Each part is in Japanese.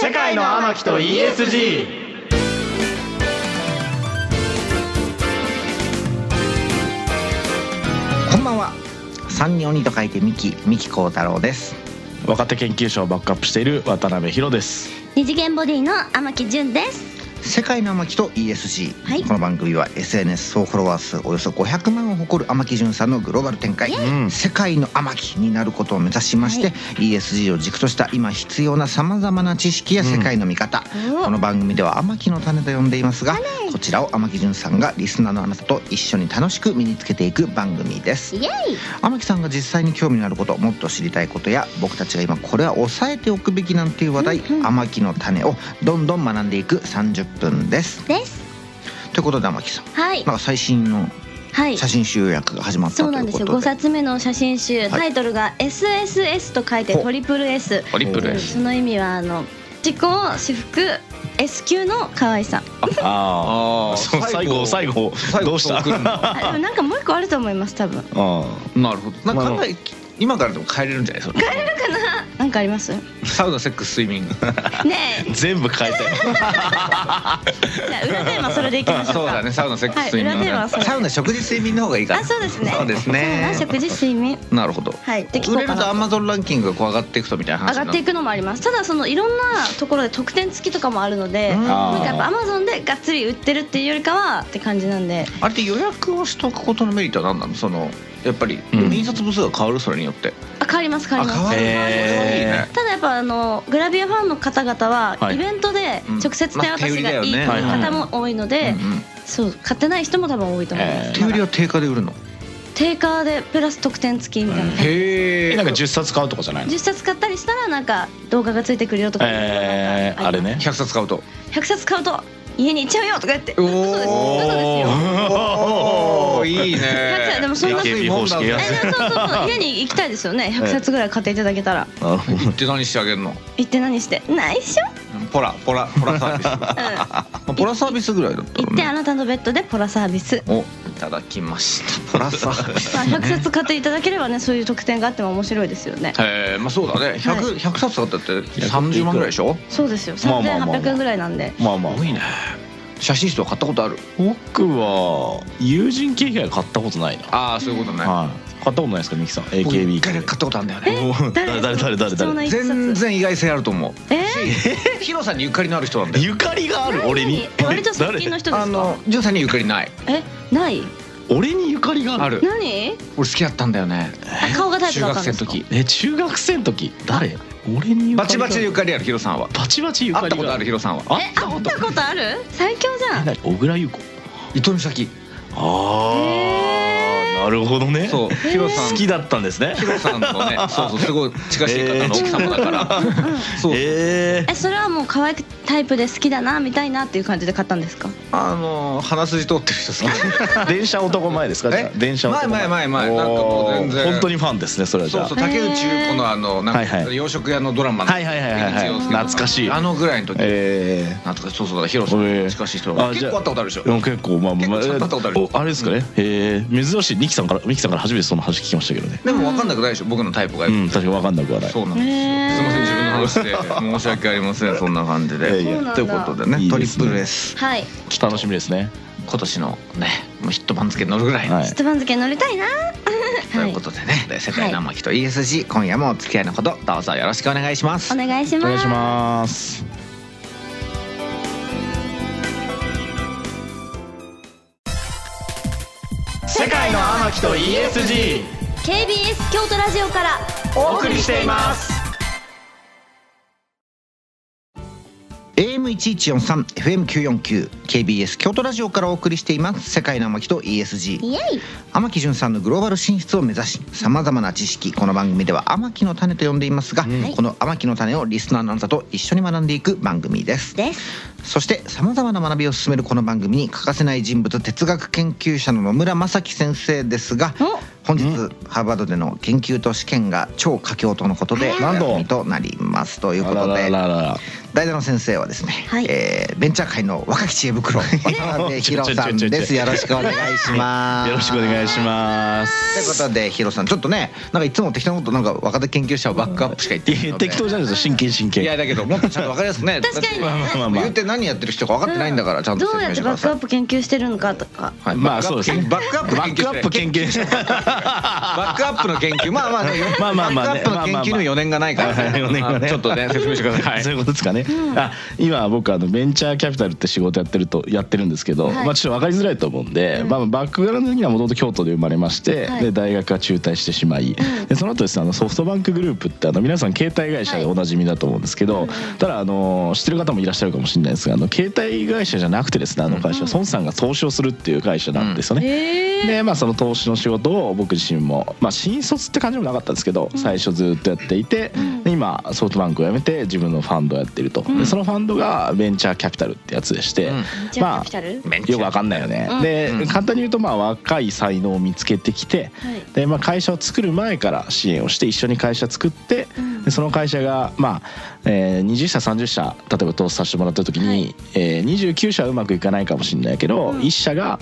世界の天木と ESG。 こんばんは。三に鬼と書いて三木幸太郎です。 若手研究者をバックアップしている渡辺博です。 二次元ボディの天木純です。 世界の天木と ESG、 はい、 この番組は SNS 総フォロワー数およそ500万を誇る天木純さんのグローバル展開、世界の天木になることを目指しまして、はい、ESG を軸とした今必要なさまざまな知識や世界の見方、この番組では天木の種と呼んでいますが、こちらを天木純さんがリスナーのあなたと一緒に楽しく身につけていく番組です。天木さんが実際に興味のあること、もっと知りたいことや、僕たちが今これは押さえておくべきなんていう話題、天木の種をどんどん学んでいく30分です。ということで天木さん、はい、なんか最新の写真集予約が始まったということで、 そうなんですよ。5冊目の写真集、タイトルが SSS と書いてトリプル S。 その意味は自己私服 S 級の可愛さ。 最後どうしたなんかもう一個あると思います多分。 なるほど。なんか今からでも変えれるんじゃないですか。 変えれるかな。なんかあります？ サウナ、セックス、睡眠ねえ全部変えたい。 じゃあ裏テーマそれでいきましょうか。 そうだね、サウナ、セックス、睡眠、サウナ、食事、睡眠の方がいいかな。 そうですね。 そうですね。 食事、睡眠。 なるほど。 はい。 売れると Amazon ランキングが上がっていくとみたいな話。 上がっていくのもあります。ただいろんなところで特典付きとかもあるので、なんかやっぱ Amazon でがっつり売ってるっていうよりかはって感じなんで。あれって予約をしとくことのメリットは何なの？やっぱり印刷部数が変わる、それによって。 変わります。変わる。ただやっぱグラビアファンの方々はイベントで直接手渡しがいい方も多いので、そう買ってない人も多分多いと思います。 手売りは定価で売るの？ 定価でプラス特典付きみたいな。なんか 10冊買うとかじゃないの？ 10冊買ったりしたらなんか動画がついてくるよとか。あれね。 100冊買うと家に行っちゃうよとか言って。嘘ですよ。 いいね。 でもそんな家に行きたいですよね。100冊ぐらい買っていただけたら。 行って何してあげるの？ 行って何してないっしょ。 ポラサービス。ポラサービスぐらいだったらね。 行ってあなたのベッドでポラサービス。 お、いただきました。ポラサービス。 100冊買っていただければね、そういう特典があっても面白いですよね。 まあそうだね。100冊買ったって30万ぐらいでしょ？ そうですよ。3800円ぐらいなんで。 まあまあ。 多いね。写真集は買ったことある？ 僕は友人経験は買ったことないな。 ああ、そういうことね。買ったことないですか、ミキさん。AKB 買ったことあるんだよね。 誰？ 全然意外性あると思う。ヒロさんにゆかりのある人なんだよ。 ゆかりがある？俺に？ 割と最近の人ですか？ ジュンさんにゆかりない。 ない？ 俺にゆかりがある。 何？ 俺好きだったんだよね。 顔がタイプだったんですか？ 中学生の時。誰？俺にゆかり。 バチバチでゆかりあるヒロさんは。 バチバチゆかり。 会ったことあるヒロさんは。 会ったことある？最強じゃん。 小倉優子。 糸美咲。 なるほどね。 そう、ヒロさん好きだったんですね。 ヒロさんのね、そうすごい近しい方の奥様だから。 それはもう可愛くタイプで好きだなみたいなっていう感じで買ったんですか？ 鼻筋通ってる人好き。 電車男前ですか？電車男前。 前なんかもう全然本当にファンですね、それは。じゃあそう、竹内優子のなんか洋食屋のドラマの懐かしい。 ぐらいの時。懐かしい。そうだからヒロさん近しい人。結構会ったことあるでしょ？結構あれですかね。珍しい。ミキさんから初めてその話聞きましたけどね。 でも分かんなくないでしょ、僕のタイプが。 確かに分かんなくはない。 そうなんですよ。すみません、自分の話で申し訳ありません。そんな感じで。ということでね、トリプル S。 はい。 楽しみですね。 今年のね、ヒット番付に乗るぐらい。 ヒット番付に乗りたいな。 ということでね、世界の天木と ESG、今夜もお付き合いのほどどうぞよろしくお願いします。 お願いします。 世界の天木と ESG、 KBS 京都ラジオからお送りしています。 AM1143 FM949 KBS 京都ラジオからお送りしています世界の天木と ESG。 天木純さんのグローバル進出を目指し、さまざまな知識、この番組では天木の種と呼んでいますが、この天木の種をリスナーのあなたと一緒に学んでいく番組です。そしてさまざまな学びを進めるこの番組に欠かせない人物、哲学研究者の野村正樹先生ですが、本日ハーバードでの研究と試験が超佳境とのことでお休みとなります。ということで代打の先生はですね、ベンチャー界の若き知恵袋渡辺博さんです。よろしくお願いします。 よろしくお願いします。 ということで博さんちょっとねなんかいつも適当なことなんか若手研究者をバックアップしか言ってないので適当じゃないですよ。真剣。 いやだけどもっとちゃんと分かりやすくね。 確かに言って何やってる人か分かってないんだからちゃんと説明してください。 どうやってバックアップ研究してるのかとか。 まあそうですね。 バックアップ研究バックアップの研究バックアップの研究の余念がないからちょっとね説明してください。 そういうことですかね。今僕ベンチャーキャピタルって仕事やってるんですけど、まあちょっと分かりづらいと思うんで、バックグラウンド的にはもともと京都で生まれまして、で大学は中退してしまい、でその後ですねソフトバンクグループって皆さん携帯会社でおなじみだと思うんですけど、ただ知ってる方もいらっしゃるかもしれないですが携帯会社じゃなくてですね会社は孫さんが投資をするっていう会社なんですよね。でまあその投資の仕事を僕自身も新卒って感じもなかったんですけど最初ずっとやっていて、今ソフトバンクを辞めて自分のファンドをやっていると。でそのファンドがベンチャーキャピタルってやつでして、まあよくわかんないよね。で簡単に言うと若い才能を見つけてきて、で会社を作る前から支援をして一緒に会社作って、でその会社が20社30社例えば投資させてもらった時に、29社はうまくいかないかもしれないけど、1社が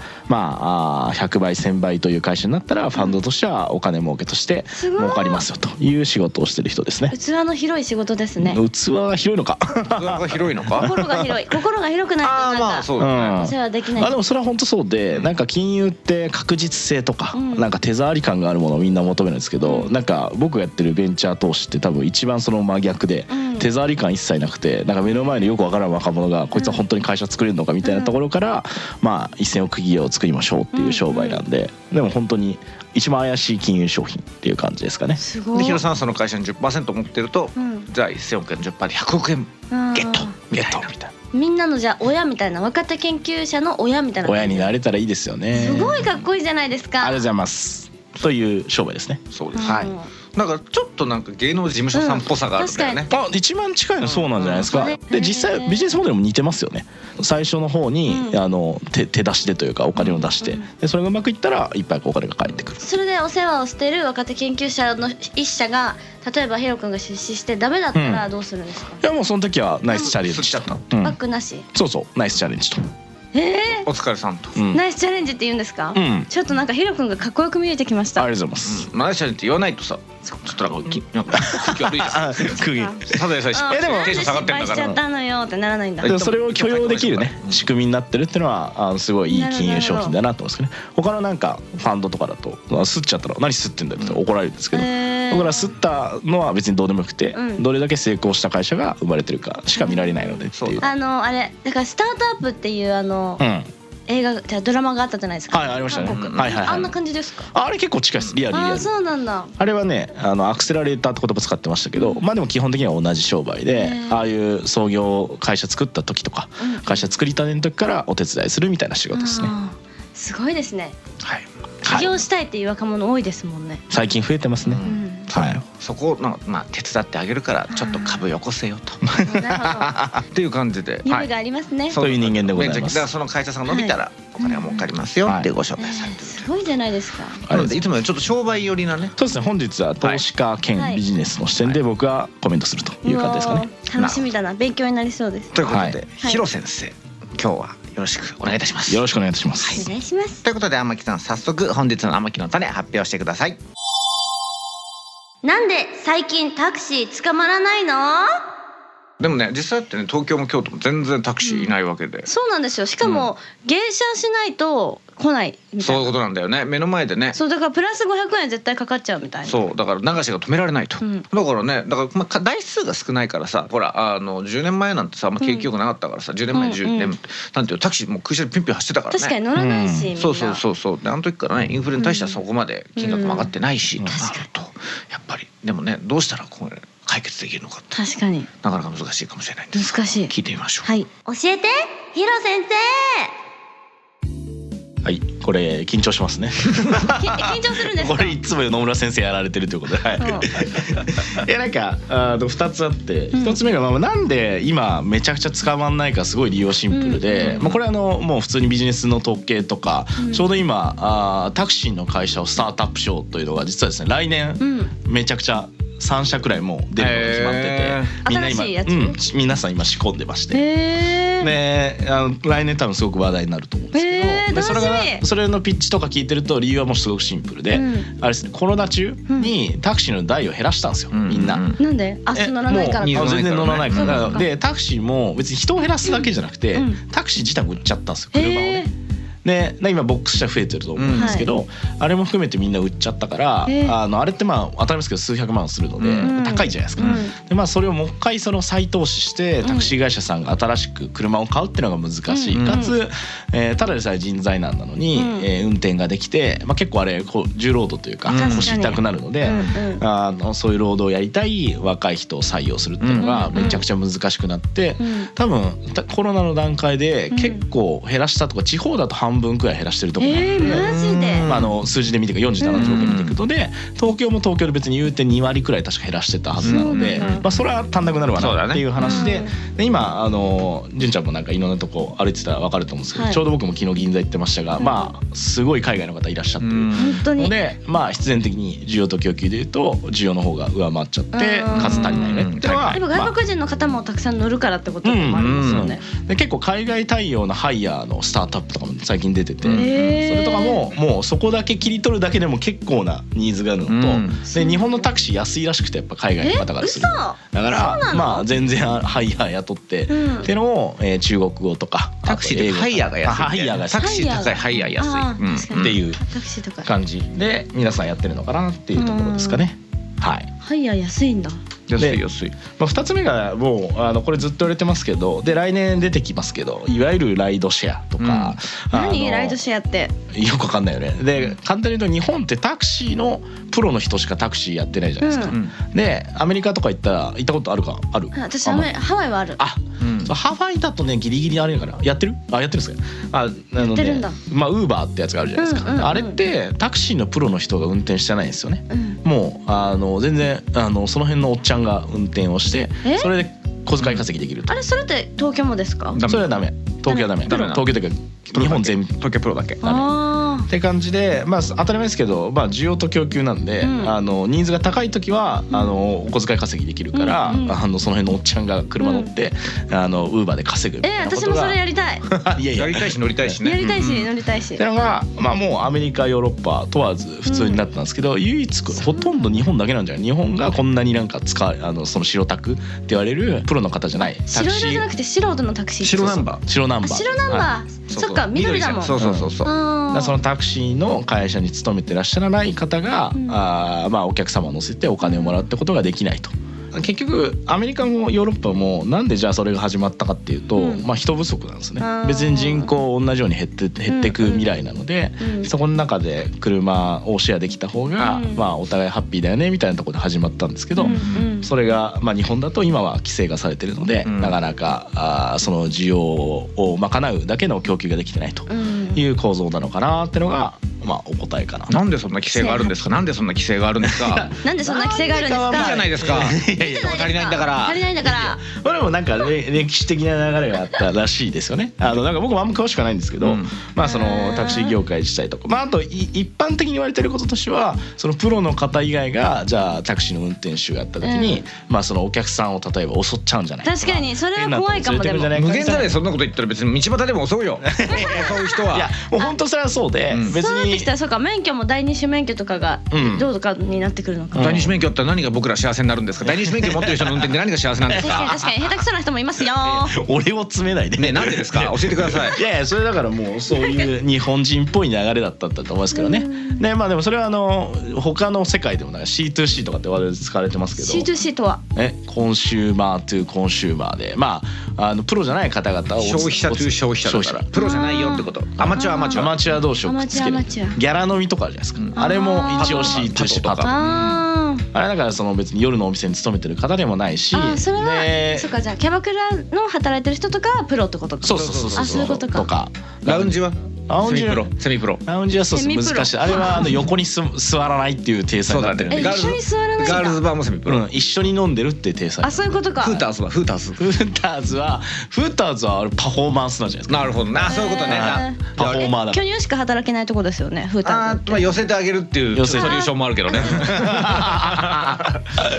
100倍1000倍という会社になったらファンドとしてはお金儲けとして儲かりますよという仕事をしてる人ですね。 器の広い仕事ですね。 器が広いのか器が広いのか心が広くないとなんかお世話できない。 でもそれは本当そうで、なんか金融って確実性とかなんか手触り感があるものをみんな求めるんですけど、なんか僕がやってるベンチャー投資って多分一番その真逆で、手触り感一切なくて、なんか目の前によくわからん若者がこいつは本当に会社作れるのかみたいなところから一線を区企業を作りましょうっていう商売なんで、でも本当に一番怪しい金融商品っていう感じですかね。 でヒロさんはその会社に 10% 持ってると、じゃあ1000億円 10% で100億円ゲットみたいな。 みんなのじゃあ親みたいな、若手研究者の親みたいな。 親になれたらいいですよね。 すごいかっこいいじゃないですか。 ありがとうございますという商売ですね。 そうです。はい。なんかちょっとなんか芸能事務所さんっぽさがあるんだよね。 一番近いのそうなんじゃないですか。で実際ビジネスモデルも似てますよね。最初の方に手出しでというかお金を出して、でそれがうまくいったらいっぱいお金が返ってくる。 それでお世話をしている若手研究者の一社が例えばヒロ君が出資してダメだったらどうするんですか。 いやもうその時はナイスチャレンジしちゃった。 バックなし。 そうナイスチャレンジと。 お疲れさんと。 ナイスチャレンジって言うんですか。ちょっとなんかヒロ君がかっこよく見えてきました。 ありがとうございます。 ナイスチャレンジって言わないとさ、ちょっとなんか空気悪いじゃん。ただでさえでもテンション下がってんだから。失敗しちゃったのよってならないんだ。 それを許容できるね仕組みになってるっていうのはすごいいい金融商品だなと思うんですけどね。他のなんかファンドとかだと吸っちゃったら何吸ってんだって怒られるんですけど、僕ら吸ったのは別にどうでもよくて、どれだけ成功した会社が生まれてるかしか見られないのでっていう。 あれだからスタートアップっていう映画じゃドラマがあったじゃないですか。 はいありましたね。 あんな感じですか。 あれ結構近いです。リアル。 あそうなんだ。 あれはねアクセラレーターって言葉使ってましたけど、でも基本的には同じ商売で、ああいう創業会社作った時とか会社作りたての時からお手伝いするみたいな仕事ですね。 すごいですね。 はい。 起業したいっていう若者多いですもんね。 最近増えてますね。はい。 そこを手伝ってあげるからちょっと株よこせよと。っていう感じで。 夢がありますね。 そういう人間でございます。 だからその会社さんが伸びたらお金が儲かりますよってご紹介されてる。 すごいじゃないですか。 なのでいつもよりちょっと商売寄りなね。 そうですね。本日は投資家兼ビジネスの視点で僕がコメントするという感じですかね。 楽しみだな。勉強になりそうです。 ということでヒロ先生今日はよろしくお願いいたします。 よろしくお願いいたします。 お願いします。 ということで天木さん早速本日の天木の種発表してください。 なんで最近タクシー捕まらないの？ でもね実際ってね東京も京都も全然タクシーいないわけで、 そうなんですよ。しかも迎車しないと来ないみたいな。 そういうことなんだよね。目の前でね。 そうだからプラス500円絶対かかっちゃうみたいな。 そうだから流しが止められないと、だからねだから台数が少ないからさ、ほら10年前なんてさ景気良くなかったからさ、10年前10年なんていうタクシーもう空車でピンピン走ってたからね。 確かに乗らないし、 そうであの時からねインフレに対してはそこまで金額も上がってないし、なるとやっぱりでもねどうしたらこれ解決できるのかって確かになかなか難しいかもしれないんです。 難しい。 聞いてみましょう。 はい。教えてヒロ先生。 はい、これ緊張しますね。 緊張するんですか。 これいつも野村先生やられてるということで、はい。なんか2つあって、1つ目がなんで今めちゃくちゃ捕まんないかすごい理由はシンプルで、これもう普通にビジネスの統計とか、ちょうど今タクシーの会社をスタートアップしようというのが実はですね来年めちゃくちゃ3社くらいもう出るのが決まってて、 みんな今皆さん今仕込んでまして、で来年多分すごく話題になると思うんですけど、でそれのピッチとか聞いてると理由はもうすごくシンプルで、あれですね、コロナ中にタクシーの代を減らしたんですよ、みんな。 なんで？乗らないから。 全然乗らないから。でタクシーも別に人を減らすだけじゃなくて、タクシー自体も売っちゃったんですよ、車をね。で今ボックス車増えてると思うんですけど、あれも含めてみんな売っちゃったから、あれってまあ当たり前ですけど数百万するので高いじゃないですか。でまあそれをもう一回再投資してタクシー会社さんが新しく車を買うっていうのが難しい、かつただでさえ人材難なのに運転ができて、まあ結構あれ重労働というか腰痛くなるので、そういう労働をやりたい若い人を採用するっていうのがめちゃくちゃ難しくなって、多分コロナの段階で結構減らしたとか、地方だと半分くらい減らしてるところがあって、 マジで、 数字で見て47条件見ていくと、で東京も東京で別に言うて2割くらい確か減らしてたはずなので、それは足んなくなるわなっていう話で、今純ちゃんもなんかいろんなとこ歩いてたら分かると思うんですけど、ちょうど僕も昨日銀座行ってましたが、まあすごい海外の方いらっしゃってるので、まあ必然的に需要と供給でいうと需要の方が上回っちゃって数足りないねっていうのは、 でも外国人の方もたくさん乗るからってこともありますよね。 で結構海外対応のハイヤーのスタートアップとかも最近出てて、それとかももうそこだけ切り取るだけでも結構なニーズがあるのと、で日本のタクシー安いらしくて、やっぱ海外の方からすると、だからまあ全然ハイヤー雇ってっていうのを中国語とか、 タクシーでハイヤーが安い、 タクシー高いハイヤー安いっていう感じで皆さんやってるのかなっていうところですかね。はい。 ハイヤー安いんだ。 安い。 2つ目がもうこれずっと売れてますけど、で来年出てきますけど、いわゆるライドシェアとか、 何ライドシェアってよくわかんないよね。で簡単に言うと日本ってタクシーのプロの人しかタクシーやってないじゃないですか。でアメリカとか行ったことある？ 私ハワイはある。 ハワイだとねギリギリあれかな、やってるんですか。 やってるんだ。 まあウーバーってやつがあるじゃないですか。あれってタクシーのプロの人が運転してないんですよね。もう全然その辺のおっちゃんが運転をして、それで小遣い稼ぎできると。 あれそれって東京もですか？ それはダメ。東京はダメ。東京というか日本全部東京プロだけって感じで、まあ当たり前ですけど、まあ需要と供給なんで、ニーズが高い時はお小遣い稼ぎできるから、その辺のおっちゃんが車乗ってウーバーで稼ぐみたいなことが。 私もそれやりたい。 やりたいし乗りたいしね。 やりたいし乗りたいし。 ってのがまあもうアメリカヨーロッパ問わず普通になったんですけど、唯一ほとんど日本だけなんじゃない。日本がこんなになんかその白タクって言われるプロの方じゃない。 白色じゃなくて素人のタクシー。 白ナンバー。 そっか緑だもん。 そう。そのタクシーの会社に勤めてらっしゃらない方が、まあお客様を乗せてお金をもらうってことができないと。結局アメリカもヨーロッパもなんでじゃあそれが始まったかっていうと、まあ人不足なんですね。別に人口同じように減っていく未来なので、そこの中で車をシェアできた方が、まあお互いハッピーだよねみたいなところで始まったんですけど、それがまあ日本だと今は規制がされてるので、なかなかその需要を賄うだけの供給ができてないという構造なのかなってのがまあお答えかな。 なんでそんな規制があるんですか。なんでそんな規制があるんですか。 なんでそんな規制があるんですか。 いいじゃないですか。足りないんだから。 足りないんだから。 まあでもなんか歴史的な流れがあったらしいですよね。なんか僕もあんま詳しくはないんですけど、まあそのタクシー業界自体とか、まああと一般的に言われてることとしては、そのプロの方以外がじゃあタクシーの運転手がやった時に、まあそのお客さんを例えば襲っちゃうんじゃないか。 確かにそれは怖いかも。でも無限大でそんなこと言ったら別に道端でも襲うよ。そういう人は。 いやもう本当それはそうで、別にそうなってきたらそうか、免許も第二種免許とかがどうとかになってくるのか。 第二種免許あったら何が僕ら幸せになるんですか。第二種免許持ってる人の運転で何が幸せなんですか。 確かに下手くそな人もいますよ。 俺を詰めないでね。なんでですか。教えてください。 いやそれだからもうそういう日本人っぽい流れだったと思いますけどね。でまあでもそれは他の世界でもなんか C2C とかってワードで使われてますけど、 C2C とはコンシューマートゥコンシューマーで、まあプロじゃない方々を消費者トゥ消費者だからプロじゃないよってこと。アマチュア同士をくっつけるギャラ飲みとかあるじゃないですか。あれも一応 C2C パターン。あれだからその別に夜のお店に勤めてる方でもないし、 それはそうか。じゃあキャバクラの働いてる人とかはプロってことか。 そうそういうことか。 とかラウンジはセミプロ。 ラウンジはそう難しい。あれは横に座らないっていう体裁になってる。 一緒に座らないんだ。 ガールズバーもセミプロ。 一緒に飲んでるっていう体裁。 そういうことか。 フーターズはあれパフォーマンスなんじゃないですか。 なるほどな。そういうことね。 パフォーマーだ。 巨乳しか働けないとこですよね。フーターズ。 まあ寄せてあげるっていうソリューションもあるけどね。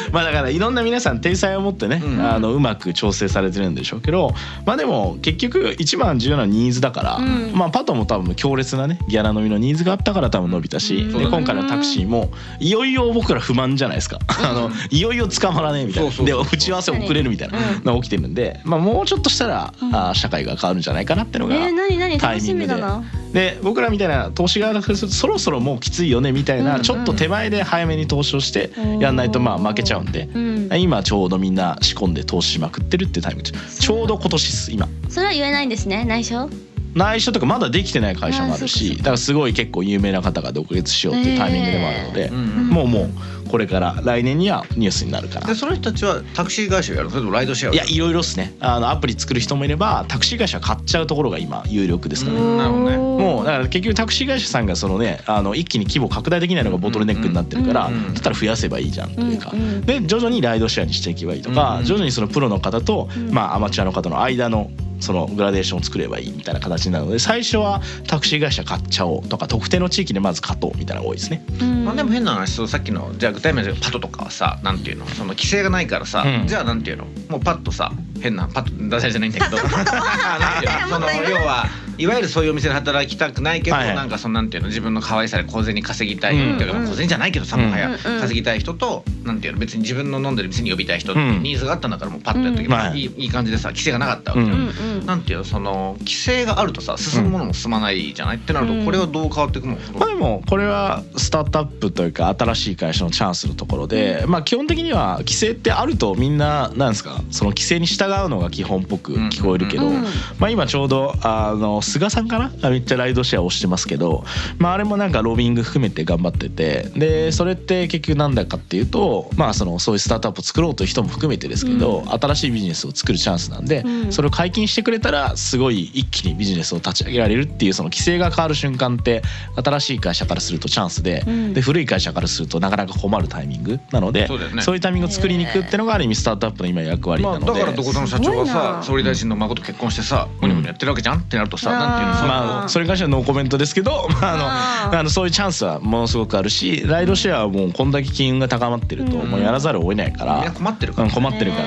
まあだからいろんな皆さん体裁を持ってね、うまく調整されてるんでしょうけど、まあでも結局一番重要なニーズだから、まあパトも多分強烈なねギャラ飲みのニーズがあったから多分伸びたし、で今回のタクシーもいよいよ僕ら不満じゃないですか。いよいよ捕まらねえみたいな、で打ち合わせ遅れるみたいなのが起きてるんで、まあもうちょっとしたら社会が変わるんじゃないかなってのがタイミングで、僕らみたいな投資側がするとそろそろもうきついよねみたいな、ちょっと手前で早めに投資をしてやんないとまあ負けちゃうんで、今ちょうどみんな仕込んで投資しまくってるっていうタイミングです。ちょうど今年です今。 それは言えないんですね、内緒とかまだできてない会社もあるし、だからすごい結構有名な方が独立しようっていうタイミングでもあるので、もうこれから来年にはニュースになるから。 でその人たちはタクシー会社をやる、それともライドシェアをやる？いやいろいろですね。アプリ作る人もいればタクシー会社買っちゃうところが今有力ですからね。 なるほどね。 もうだから結局タクシー会社さんがそのね一気に規模拡大できないのがボトルネックになってるから、だったら増やせばいいじゃんというか、で徐々にライドシェアにしていけばいいとか、徐々にそのプロの方とまあアマチュアの方の間のそのグラデーションを作ればいいみたいな形になるので、最初はタクシー会社買っちゃおうとか特定の地域でまず勝とうみたいなのが多いですね。 まあでも変な話、さっきのじゃあ具体名でパトとかはさ、なんていうの、その規制がないからさ、じゃあなんていうの、もうパッとさ、変なパッとダジャレじゃないんだけどその要はいわゆるそういうお店で働きたくないけど、なんかそのなんていうの、自分の可愛さで小銭稼ぎたいっていうか、小銭じゃないけどさ、もはや稼ぎたい人と、なんていうの、別に自分の飲んでる店に呼びたい人ってニーズがあったんだから、もうパッとやっとけばいい感じでさ、規制がなかったわけじゃん。なんていうの、その規制があるとさ進むものも進まないじゃないってなると、これはどう変わっていくもの？ まあでもこれはスタートアップというか新しい会社のチャンスのところで、まあ基本的には規制ってあるとみんななんですか、その規制に従うのが基本っぽく聞こえるけど、まあ今ちょうど菅さんかな、めっちゃライドシェアをしてますけど、まああれもなんかロビング含めて頑張ってて、でそれって結局なんだかっていうと、まあそういうスタートアップを作ろうという人も含めてですけど、新しいビジネスを作るチャンスなんで、それを解禁してくれたらすごい一気にビジネスを立ち上げられるっていう、その規制が変わる瞬間って新しい会社からするとチャンスで、で古い会社からするとなかなか困るタイミングなので、そういうタイミングを作りに行くっていうのがある意味スタートアップの今役割なので、 だからどこぞの社長がさ総理大臣の孫と結婚してさモニモニやってるわけじゃんってなるとさ、なんていうの、 まあそれに関してはノーコメントですけど、そういうチャンスはものすごくあるし、ライドシェアはもうこんだけ金運が高まってるともうやらざるを得ないから、 みんな困ってるから、 困ってるから、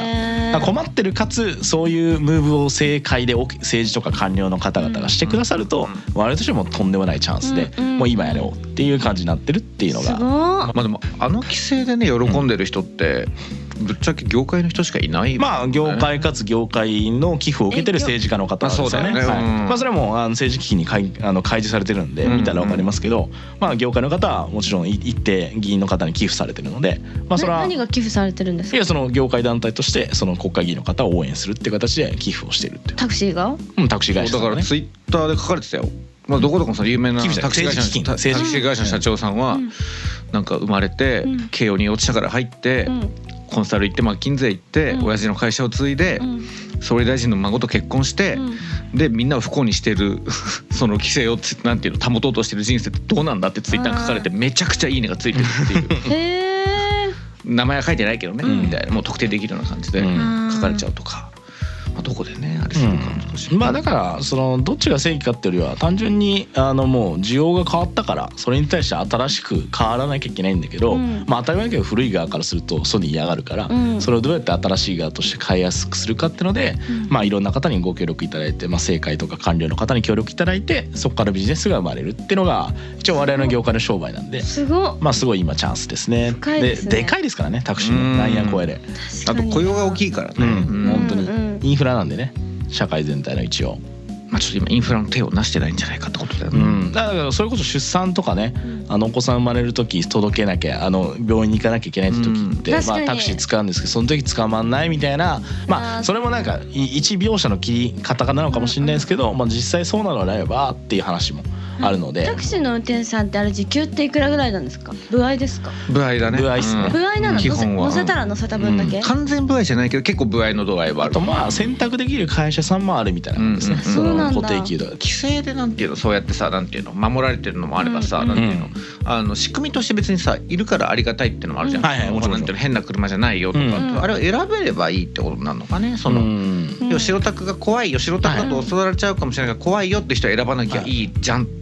困ってるかつそういうムーブを政界で政治とか官僚の方々がしてくださると、我々としてもとんでもないチャンスで、もう今やろうっていう感じになってるっていうのが、 まあでも規制でね喜んでる人ってぶっちゃけ業界の人しかいない、 まあ業界かつ業界の寄付を受けてる政治家の方ですよね。まあそれはもう政治機器に開示されてるんで見たら分かりますけど、まあ業界の方はもちろん一定議員の方に寄付されてるので、まあそれは何が寄付されてるんですか？ いやその業界団体としてその国会議員の方を応援するっていう形で寄付をしてるっていう。 タクシーが？ タクシー会社だからツイッターで書かれてたよ。まあどこどこのその有名なタクシー会社の社長さんはなんか生まれて慶応に落ちたから入って。コンサル行ってマッキンゼー行って親父の会社を継いで総理大臣の孫と結婚してでみんなを不幸にしてるその規制をなんていうの保とうとしてる人生ってどうなんだってツイッターに書かれてめちゃくちゃいいねがついてるっていう名前は書いてないけどねみたいな、もう特定できるような感じで書かれちゃうとか。どこでねあれするかもしれない。 まあだからそのどっちが正義かっていうよりは単純にもう需要が変わったからそれに対して新しく変わらなきゃいけないんだけど、まあ当たり前だけど古い側からするとそれに嫌がるから、それをどうやって新しい側として変えやすくするかっていうので、まあいろんな方にご協力いただいて、まあ政界とか官僚の方に協力いただいてそこからビジネスが生まれるっていうのが一応我々の業界の商売なんで、まあすごい今チャンスですね。でかいですからねタクシーのなんやこえで、 あと雇用が大きいからね、 本当にインフラなんでね、社会全体の一応。 まあちょっと今インフラの手をなしてないんじゃないかってことだよね。 だからそれこそ出産とかね、お子さん生まれる時届けなきゃ病院に行かなきゃいけないって時って、まあタクシー使うんですけどその時捕まんないみたいな、まあそれもなんか一描写の切り方なのかもしれないですけど、まあ実際そうなのであればっていう話もあるので。 タクシーの運転手さんってあれ時給っていくらぐらいなんですか？歩合ですか？ 歩合だね。 歩合ですね。 歩合なの？ 基本は乗せたら乗せた分だけ？ 完全歩合じゃないけど結構歩合の度合いはある。 あとまあ選択できる会社さんもあるみたいなもんですね。 そうなんだ。 固定給とか規制でなんていうのそうやってさなんていうの守られてるのもあればさ、なんていうの仕組みとして別にさいるからありがたいっていうのもあるじゃん。もちろんなんていうの変な車じゃないよとか、あれを選べればいいってことなのかね。その白タクが怖いよ、白タクだと襲われちゃうかもしれないから怖いよって人は選ばなきゃいいじゃんっ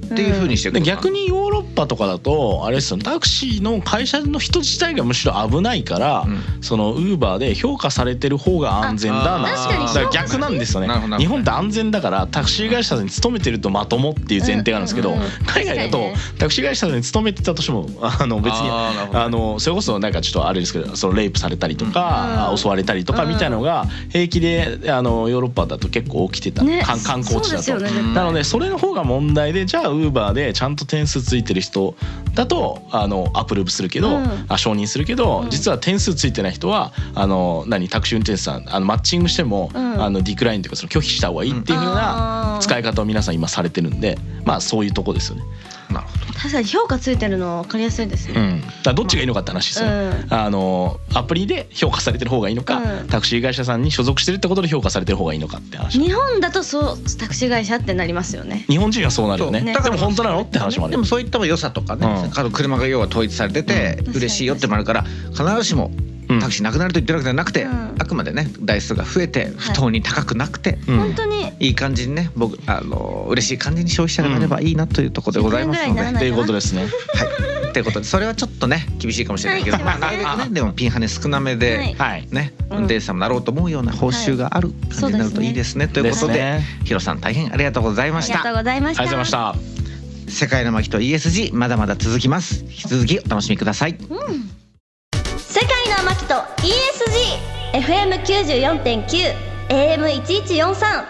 っていう風にしていく。 逆にヨーロッパとかだとあれですよ、タクシーの会社の人自体がむしろ危ないから、そのウーバーで評価されてる方が安全だな。だから逆なんですよね。日本って安全だからタクシー会社に勤めてるとまともっていう前提があるんですけど、海外だとタクシー会社に勤めてたとしても別にそれこそなんかちょっとあれですけど、そのレイプされたりとか襲われたりとかみたいなのが平気でヨーロッパだと結構起きてた、観光地だと。なのでそれの方が問題で、じゃあウーバーでちゃんと点数ついてる人だとアプローブするけど、承認するけど、実は点数ついてない人はタクシー運転手さんマッチングしてもディクラインというかその拒否した方がいいっていう風な使い方を皆さん今されてるんで、まあそういうとこですよね。 なるほど。 確かに評価ついてるの分かりやすいですね。 だからどっちがいいのかって話ですよね。アプリで評価されてる方がいいのか、タクシー会社さんに所属してるってことで評価されてる方がいいのかって話。 日本だとそうタクシー会社ってなりますよね。 日本人はそうなるよね。だから本当なのって話もある。 でもそういった良さとかね、車が要は統一されてて嬉しいよってもあるから、必ずしもタクシーなくなると言ってるわけじゃなくて、あくまでね台数が増えて不当に高くなくて、 本当にいい感じにね、僕嬉しい感じに消費者がなればいいなというところでございますので、 っていうことですね。 はい、ということでそれはちょっとね厳しいかもしれないけど、なるべくねでもピンハネ少なめでね運転手さんもなろうと思うような報酬がある感じになるといいですね。ということでヒロさん大変ありがとうございました。 ありがとうございました。 ありがとうございました。 世界の巻と ESG まだまだ続きます。引き続きお楽しみください。 世界の巻と ESG FM94.9 AM1143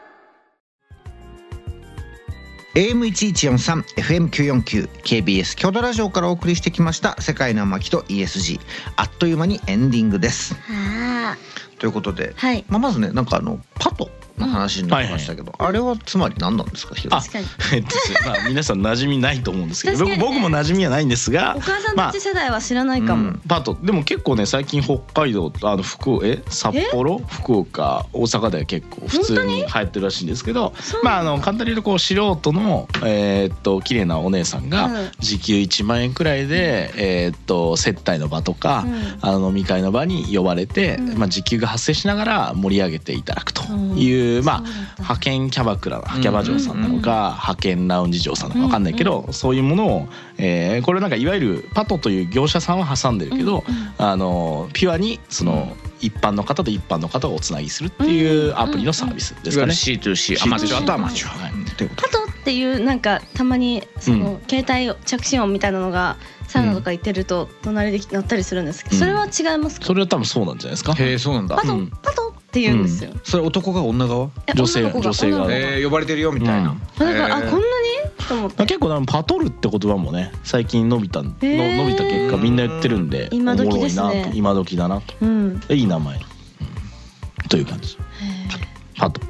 AM1143 FM949 KBS 京都ラジオからお送りしてきました世界の巻と ESG、 あっという間にエンディングです。ということで、まずねなんかパトの話になりましたけど、あれはつまり何なんですか？ 確かに皆さん馴染みないと思うんですけど、僕も馴染みはないんですが、 お母さんたち世代は知らないかも。 パトでも結構ね最近北海道札幌福岡大阪では結構普通に流行ってるらしいんですけど、簡単に言うと素人の綺麗なお姉さんが時給1万円くらいで接待の場とか飲み会の場に呼ばれて時給が発生しながら盛り上げていただくという派遣キャバ嬢さんなのか派遣ラウンジ嬢さんなのか分かんないけど、そういうものをこれなんかいわゆるパトという業者さんは挟んでるけど、ピュアにその一般の方と一般の方をおつなぎするっていうアプリのサービスですかね。 C2C アマチュアとアマチュア。 パトっていうなんかたまにその携帯着信音みたいなのがサウナとか行ってると隣で鳴ったりするんですけど、それは違いますか？ それは多分そうなんじゃないですか。 へえ、そうなんだ。 パトって言うんですよ。 それ男が女側？ 女性が呼ばれてるよみたいな。 だからこんなにと思って。 結構パトルって言葉もね最近伸びた結果みんな言ってるんで、 今時ですね。 今時だなと。いい名前という感じ。パト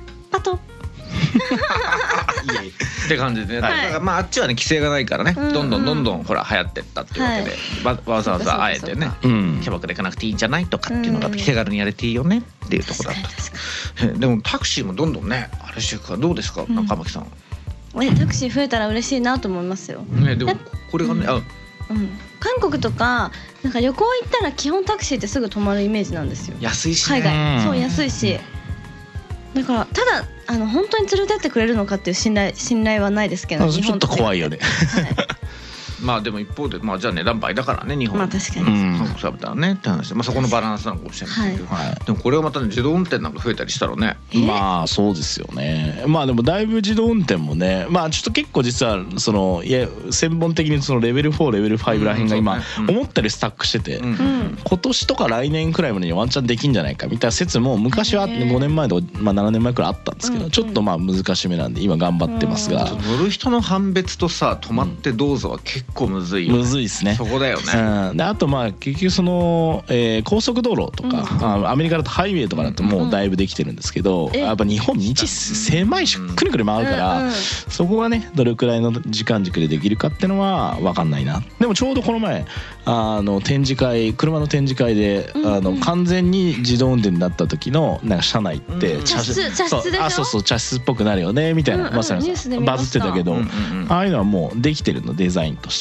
って感じでね。あっちはね規制がないからね、どんどんほら流行ってったっていうわけで、わざわざあえてねキャバクラ行かなくていいんじゃないとかっていうのが手軽にやれていいよねっていうところだった。でもタクシーもどんどんねあれしていくからどうですか中巻さん。 タクシー増えたら嬉しいなと思いますよ。 でもこれがね韓国とかなんか旅行行ったら基本タクシーってすぐ止まるイメージなんですよ。 安いし海外そう安いし、だからただ本当に連れてってくれるのかっていう信頼はないですけど、 ちょっと怖いよね。 まあでも一方でじゃあ値段倍だからね日本。 まあ確かに。 韓国食べたらねって話で、そこのバランスなのかもしれないけど、でもこれはまたね自動運転なんか増えたりしたらね。 まあそうですよね。まあでもだいぶ自動運転もね、ちょっと結構実は専門的にそのレベル4レベル5らへんが今思ったよりスタックしてて、今年とか来年くらいまでにワンチャンできんじゃないかみたいな説も昔は5年前とか7年前くらいあったんですけど、ちょっと難しめなんで今頑張ってますが、 乗る人の判別とさ止まってどうぞは結構むずいよね。 むずいですね。 そこだよね。 であと結局その高速道路とかアメリカだとハイウェイとかだともうだいぶできてるんですけど、やっぱ日本道狭いしくるくる回るからそこがねどれくらいの時間軸でできるかっていうのは分かんないな。でもちょうどこの前展示会車の展示会で完全に自動運転になった時のなんか車内って茶室でしょ。 そう茶室っぽくなるよねみたいなまさにバズってたけど、ああいうのはもうできてるのデザインとして。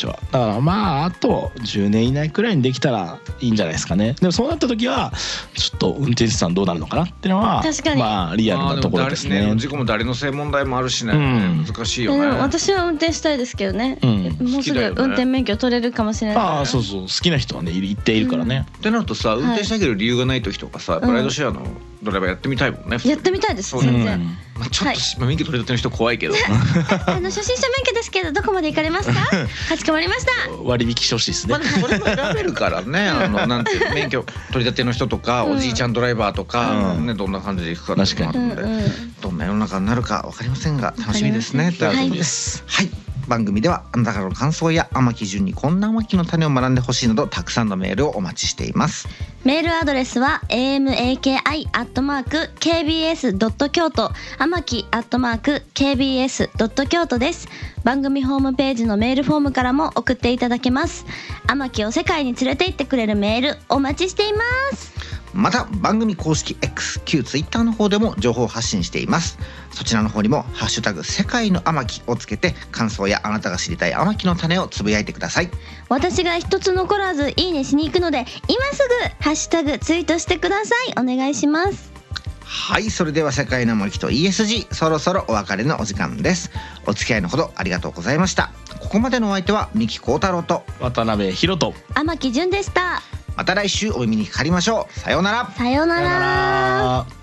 しては。だからまああと10年以内くらいにできたらいいんじゃないですかね。でもそうなった時はちょっと運転手さんどうなるのかなっていうのはまあリアルなところですね。 事故も誰のせい問題もあるしね、難しいよね。 私は運転したいですけどね、もうすぐ運転免許取れるかもしれない。 ああそうそう、好きな人はね一定いるからね。 ってなるとさ、運転してあげる理由がない時とかさ、ライドシェアのドライバーやってみたいもんね。 やってみたいです全然。 ちょっと免許取り立ての人怖いけど初心者免許ですけどどこまで行かれますか？かしこまりました。 割引してほしいですね。 それも選べるからね。なんて免許取り立ての人とかおじいちゃんドライバーとかね、どんな感じで行くかっていうのもあるんで、どんな世の中になるか分かりませんが楽しみですね。 はい、 番組ではあなたからの感想や天城順にこんな天城の種を学んでほしいなどたくさんのメールをお待ちしています。 メールアドレスは amaki@kbs.kyoto 天城@kbs.kyoto です。番組ホームページのメールフォームからも送っていただけます。天城を世界に連れて行ってくれるメールお待ちしています。 また番組公式 X 旧 Twitter の方でも情報を発信しています。そちらの方にもハッシュタグ世界の天城をつけて感想やあなたが知りたい天城の種をつぶやいてください。 私が一つ残らずいいねしに行くので今すぐハッシュタグツイートしてください。お願いします。 はい、それでは世界の天城と ESG そろそろお別れのお時間です。お付き合いのほどありがとうございました。ここまでのお相手は三木幸太郎と渡辺博人、 天城純でした。 また来週お耳にかかりましょう。さようなら。 さようなら。